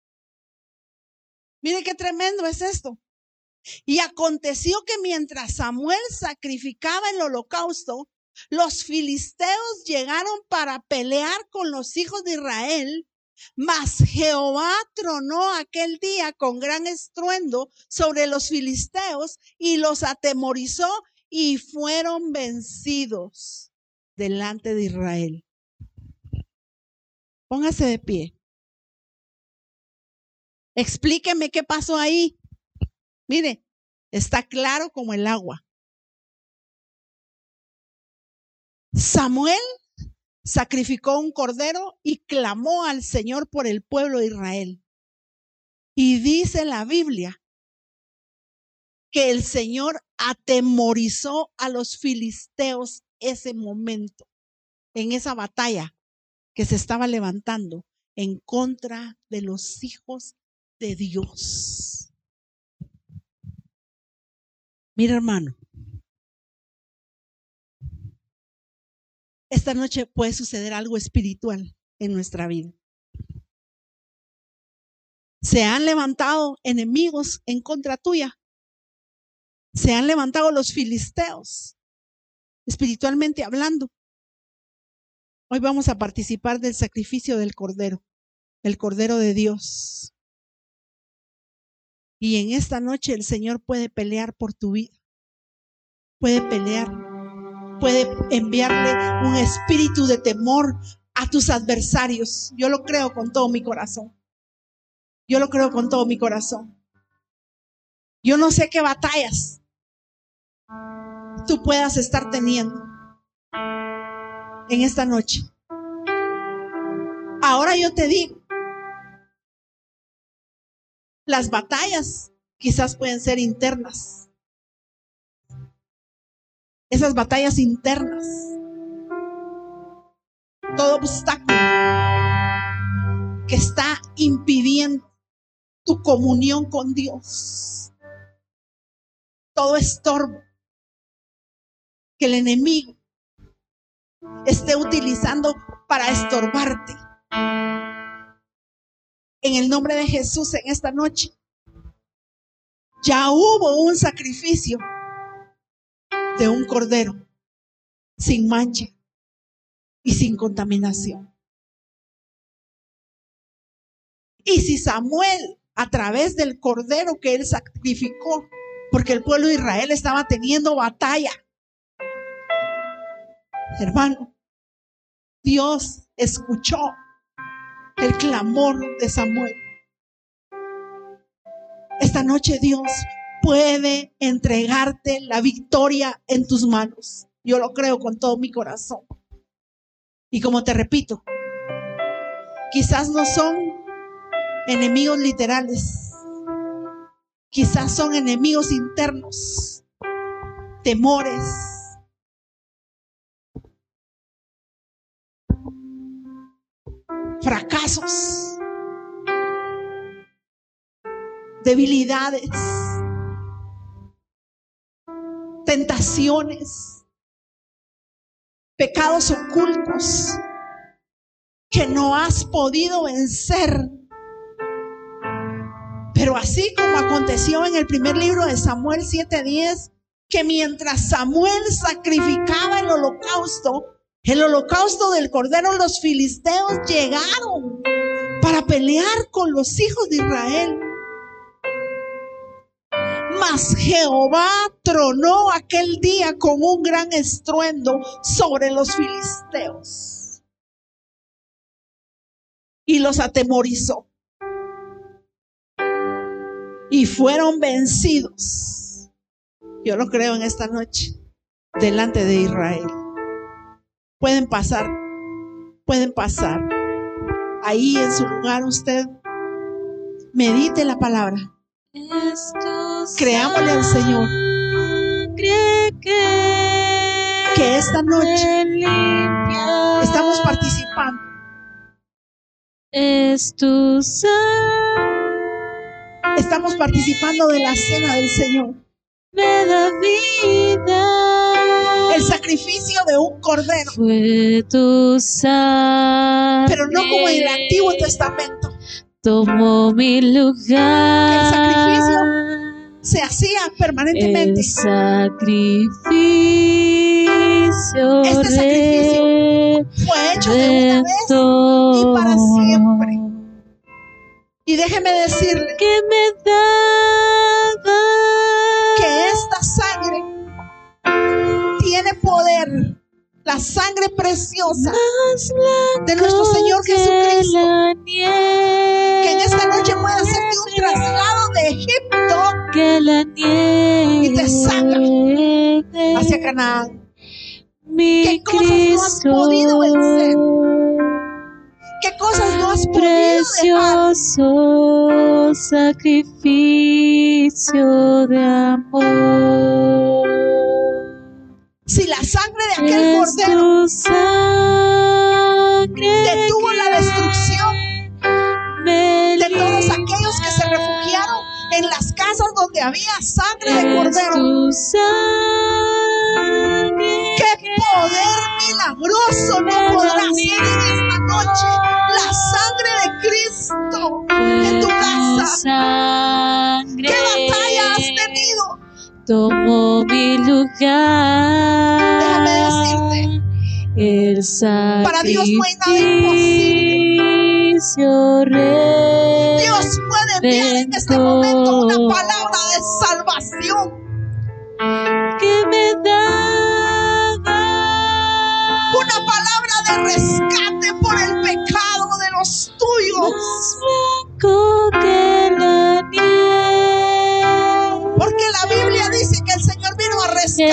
Mire qué tremendo es esto. Y aconteció que mientras Samuel sacrificaba el holocausto, los filisteos llegaron para pelear con los hijos de Israel. Mas Jehová tronó aquel día con gran estruendo sobre los filisteos y los atemorizó, y fueron vencidos delante de Israel. Póngase de pie. Explíqueme qué pasó ahí. Mire, está claro como el agua. Samuel sacrificó un cordero y clamó al Señor por el pueblo de Israel. Y dice la Biblia que el Señor atemorizó a los filisteos ese momento, en esa batalla que se estaba levantando en contra de los hijos de Dios. Mira, hermano, esta noche puede suceder algo espiritual en nuestra vida. Se han levantado enemigos en contra tuya. Se han levantado los filisteos, espiritualmente hablando. Hoy vamos a participar del sacrificio del Cordero, el Cordero de Dios. Y en esta noche el Señor puede pelear por tu vida. Puede pelear. Puede enviarle un espíritu de temor a tus adversarios. Yo lo creo con todo mi corazón. Yo lo creo con todo mi corazón. Yo no sé qué batallas tú puedas estar teniendo en esta noche. Ahora yo te digo, las batallas quizás pueden ser internas. Esas batallas internas, todo obstáculo que está impidiendo tu comunión con Dios, todo estorbo que el enemigo esté utilizando para estorbarte. En el nombre de Jesús, en esta noche, ya hubo un sacrificio de un cordero sin mancha y sin contaminación. Y si Samuel, a través del cordero que él sacrificó, porque el pueblo de Israel estaba teniendo batalla, hermano, Dios escuchó el clamor de Samuel. Esta noche Dios puede entregarte la victoria en tus manos. Yo lo creo con todo mi corazón. Y como te repito, quizás no son enemigos literales, quizás son enemigos internos, temores, fracasos, debilidades, tentaciones, pecados ocultos que no has podido vencer. Pero así como aconteció en el primer libro de Samuel siete diez, que mientras Samuel sacrificaba el holocausto, el holocausto del cordero, los filisteos llegaron para pelear con los hijos de Israel. Mas Jehová tronó aquel día con un gran estruendo sobre los filisteos y los atemorizó, y fueron vencidos. Yo lo creo en esta noche delante de Israel. Pueden pasar, pueden pasar. Ahí en su lugar usted medite la palabra. Creámosle al Señor que esta noche estamos participando. Es tu sangre. Estamos participando de la cena del Señor. Me da vida. El sacrificio de un cordero. Fue tu sangre. Pero no como en el Antiguo Testamento. Tomó mi lugar. El sacrificio se hacía permanentemente. El sacrificio. Este sacrificio fue hecho de una vez y para siempre. Y déjeme decirle que me daba que esta sangre tiene poder. La sangre preciosa de nuestro Señor Jesucristo, que en esta noche puede hacerte un traslado de Egipto y te saca hacia Canaán. ¿Qué cosas no has podido vencer? ¿Qué cosas no has podido dejar? Precioso sacrificio de amor. Si la sangre de aquel cordero detuvo la destrucción de todos aquellos que se refugiaron en las casas donde había sangre de cordero, ¿qué poder milagroso no podrá hacer en esta noche la sangre de Cristo en tu casa? ¿Qué batalla has tenido? Tomó mi lugar. Déjame decirte, el sacrificio. para Dios no hay nada imposible. Dios puede enviar en este momento una palabra de salvación que me daba, una palabra de rescate por el pecado de los tuyos. Más blanco que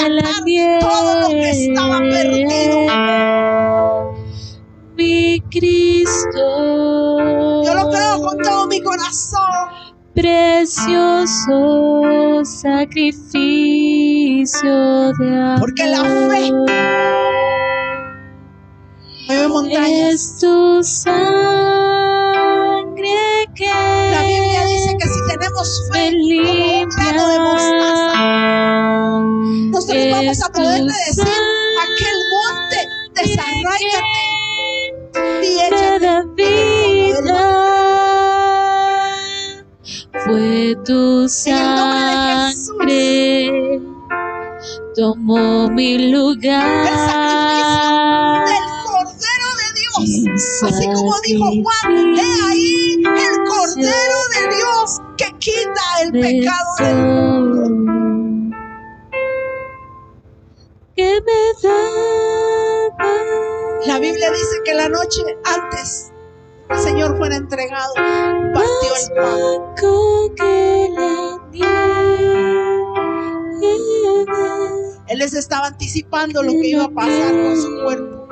rescatar todo lo que estaba perdido. Mi Cristo, Yo lo creo con todo mi corazón. precioso sacrificio de amor. Porque la fe mueve montañas. Es tu sangre que La Biblia dice que si tenemos me fe como un grano de mostaza, limpia. nosotros vamos a Es poderle tu decir a aquel monte, desarráigate y me échate da en el fondo del mar. vida. Fue tu sangre, tomó mi lugar. El sacrificio del Cordero de Dios. Así como dijo Juan, he ahí el Cordero de Dios que quita el pecado del mundo. Que me daba. La Biblia dice que la noche antes el Señor fuera entregado, partió el pan. Blanco que la nieve. Él les estaba anticipando lo que iba a pasar con su cuerpo.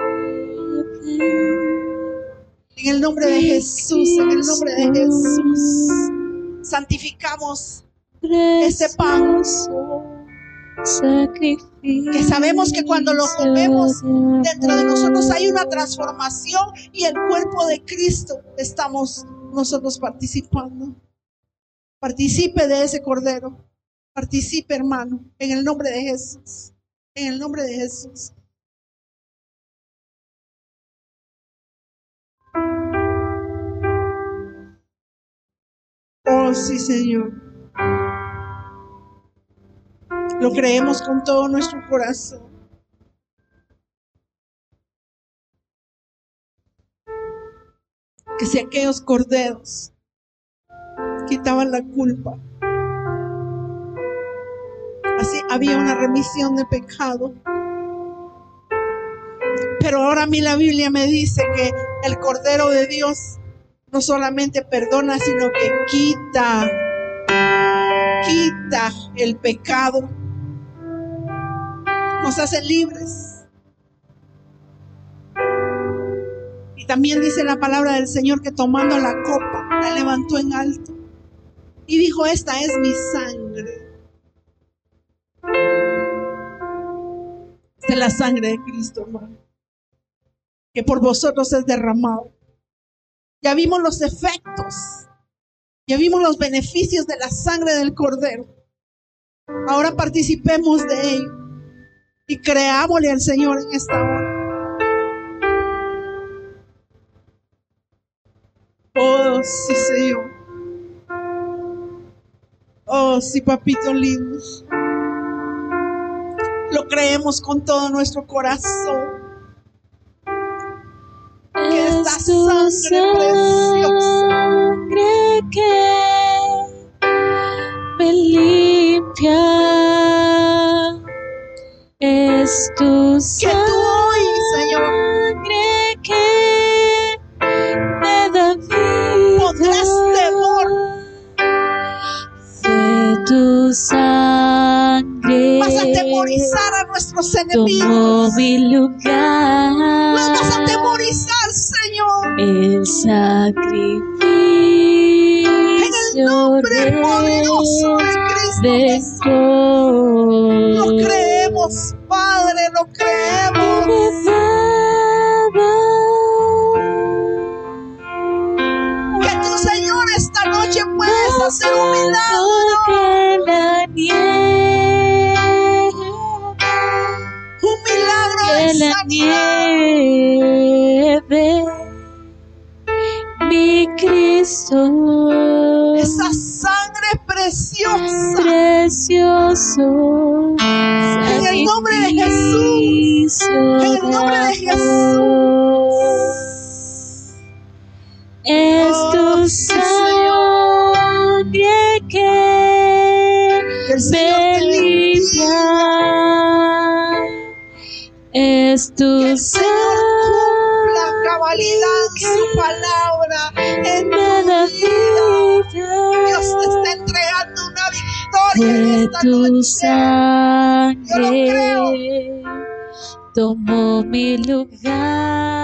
En el nombre de Jesús, en el nombre de Jesús, santificamos ese pan. Que sabemos que cuando lo comemos, dentro de nosotros hay una transformación y el cuerpo de Cristo estamos nosotros participando. Participe de ese Cordero. Participe, hermano, en el nombre de Jesús. En el nombre de Jesús. Oh, sí, Señor. Lo creemos con todo nuestro corazón. Que si aquellos corderos quitaban la culpa, así había una remisión de pecado. Pero ahora a mí la Biblia me dice que el Cordero de Dios no solamente perdona, sino que quita, quita el pecado. Nos hace libres. Y también dice la palabra del Señor que tomando la copa, la levantó en alto y dijo: esta es mi sangre. Esta es la sangre de Cristo, hermano, que por vosotros es derramado. Ya vimos los efectos, ya vimos los beneficios de la sangre del Cordero. Ahora participemos de ello y creámosle al Señor en esta hora. Oh, sí, Señor. Oh, sí, papito lindo. Lo creemos con todo nuestro corazón. Que esta sangre preciosa que me limpia. Es tu que tú hoy, Señor, que me da vida. podrás temor. Fue tu sangre. Vas a atemorizar a nuestros enemigos. Tomó mi lugar. Los vas a atemorizar, Señor. El sacrificio En el nombre poderoso de Cristo de Jesús. Lo creemos, Padre, lo creemos. Que tú, Señor, esta noche puedes hacer un milagro. Que la nieve, Un milagro que de la sanidad. nieve, mi Cristo, Esa sangre preciosa. precioso, En el nombre de Jesús. En el nombre de Jesús. Es tu Oh, sí, sangre que Que el Señor me te limpie. limpia. Es Que tu el Señor cumpla a cabalidad su palabra en tu vida. Dios te está entregando una victoria en fue esta tu noche. Yo lo creo. sangre, tomó mi lugar.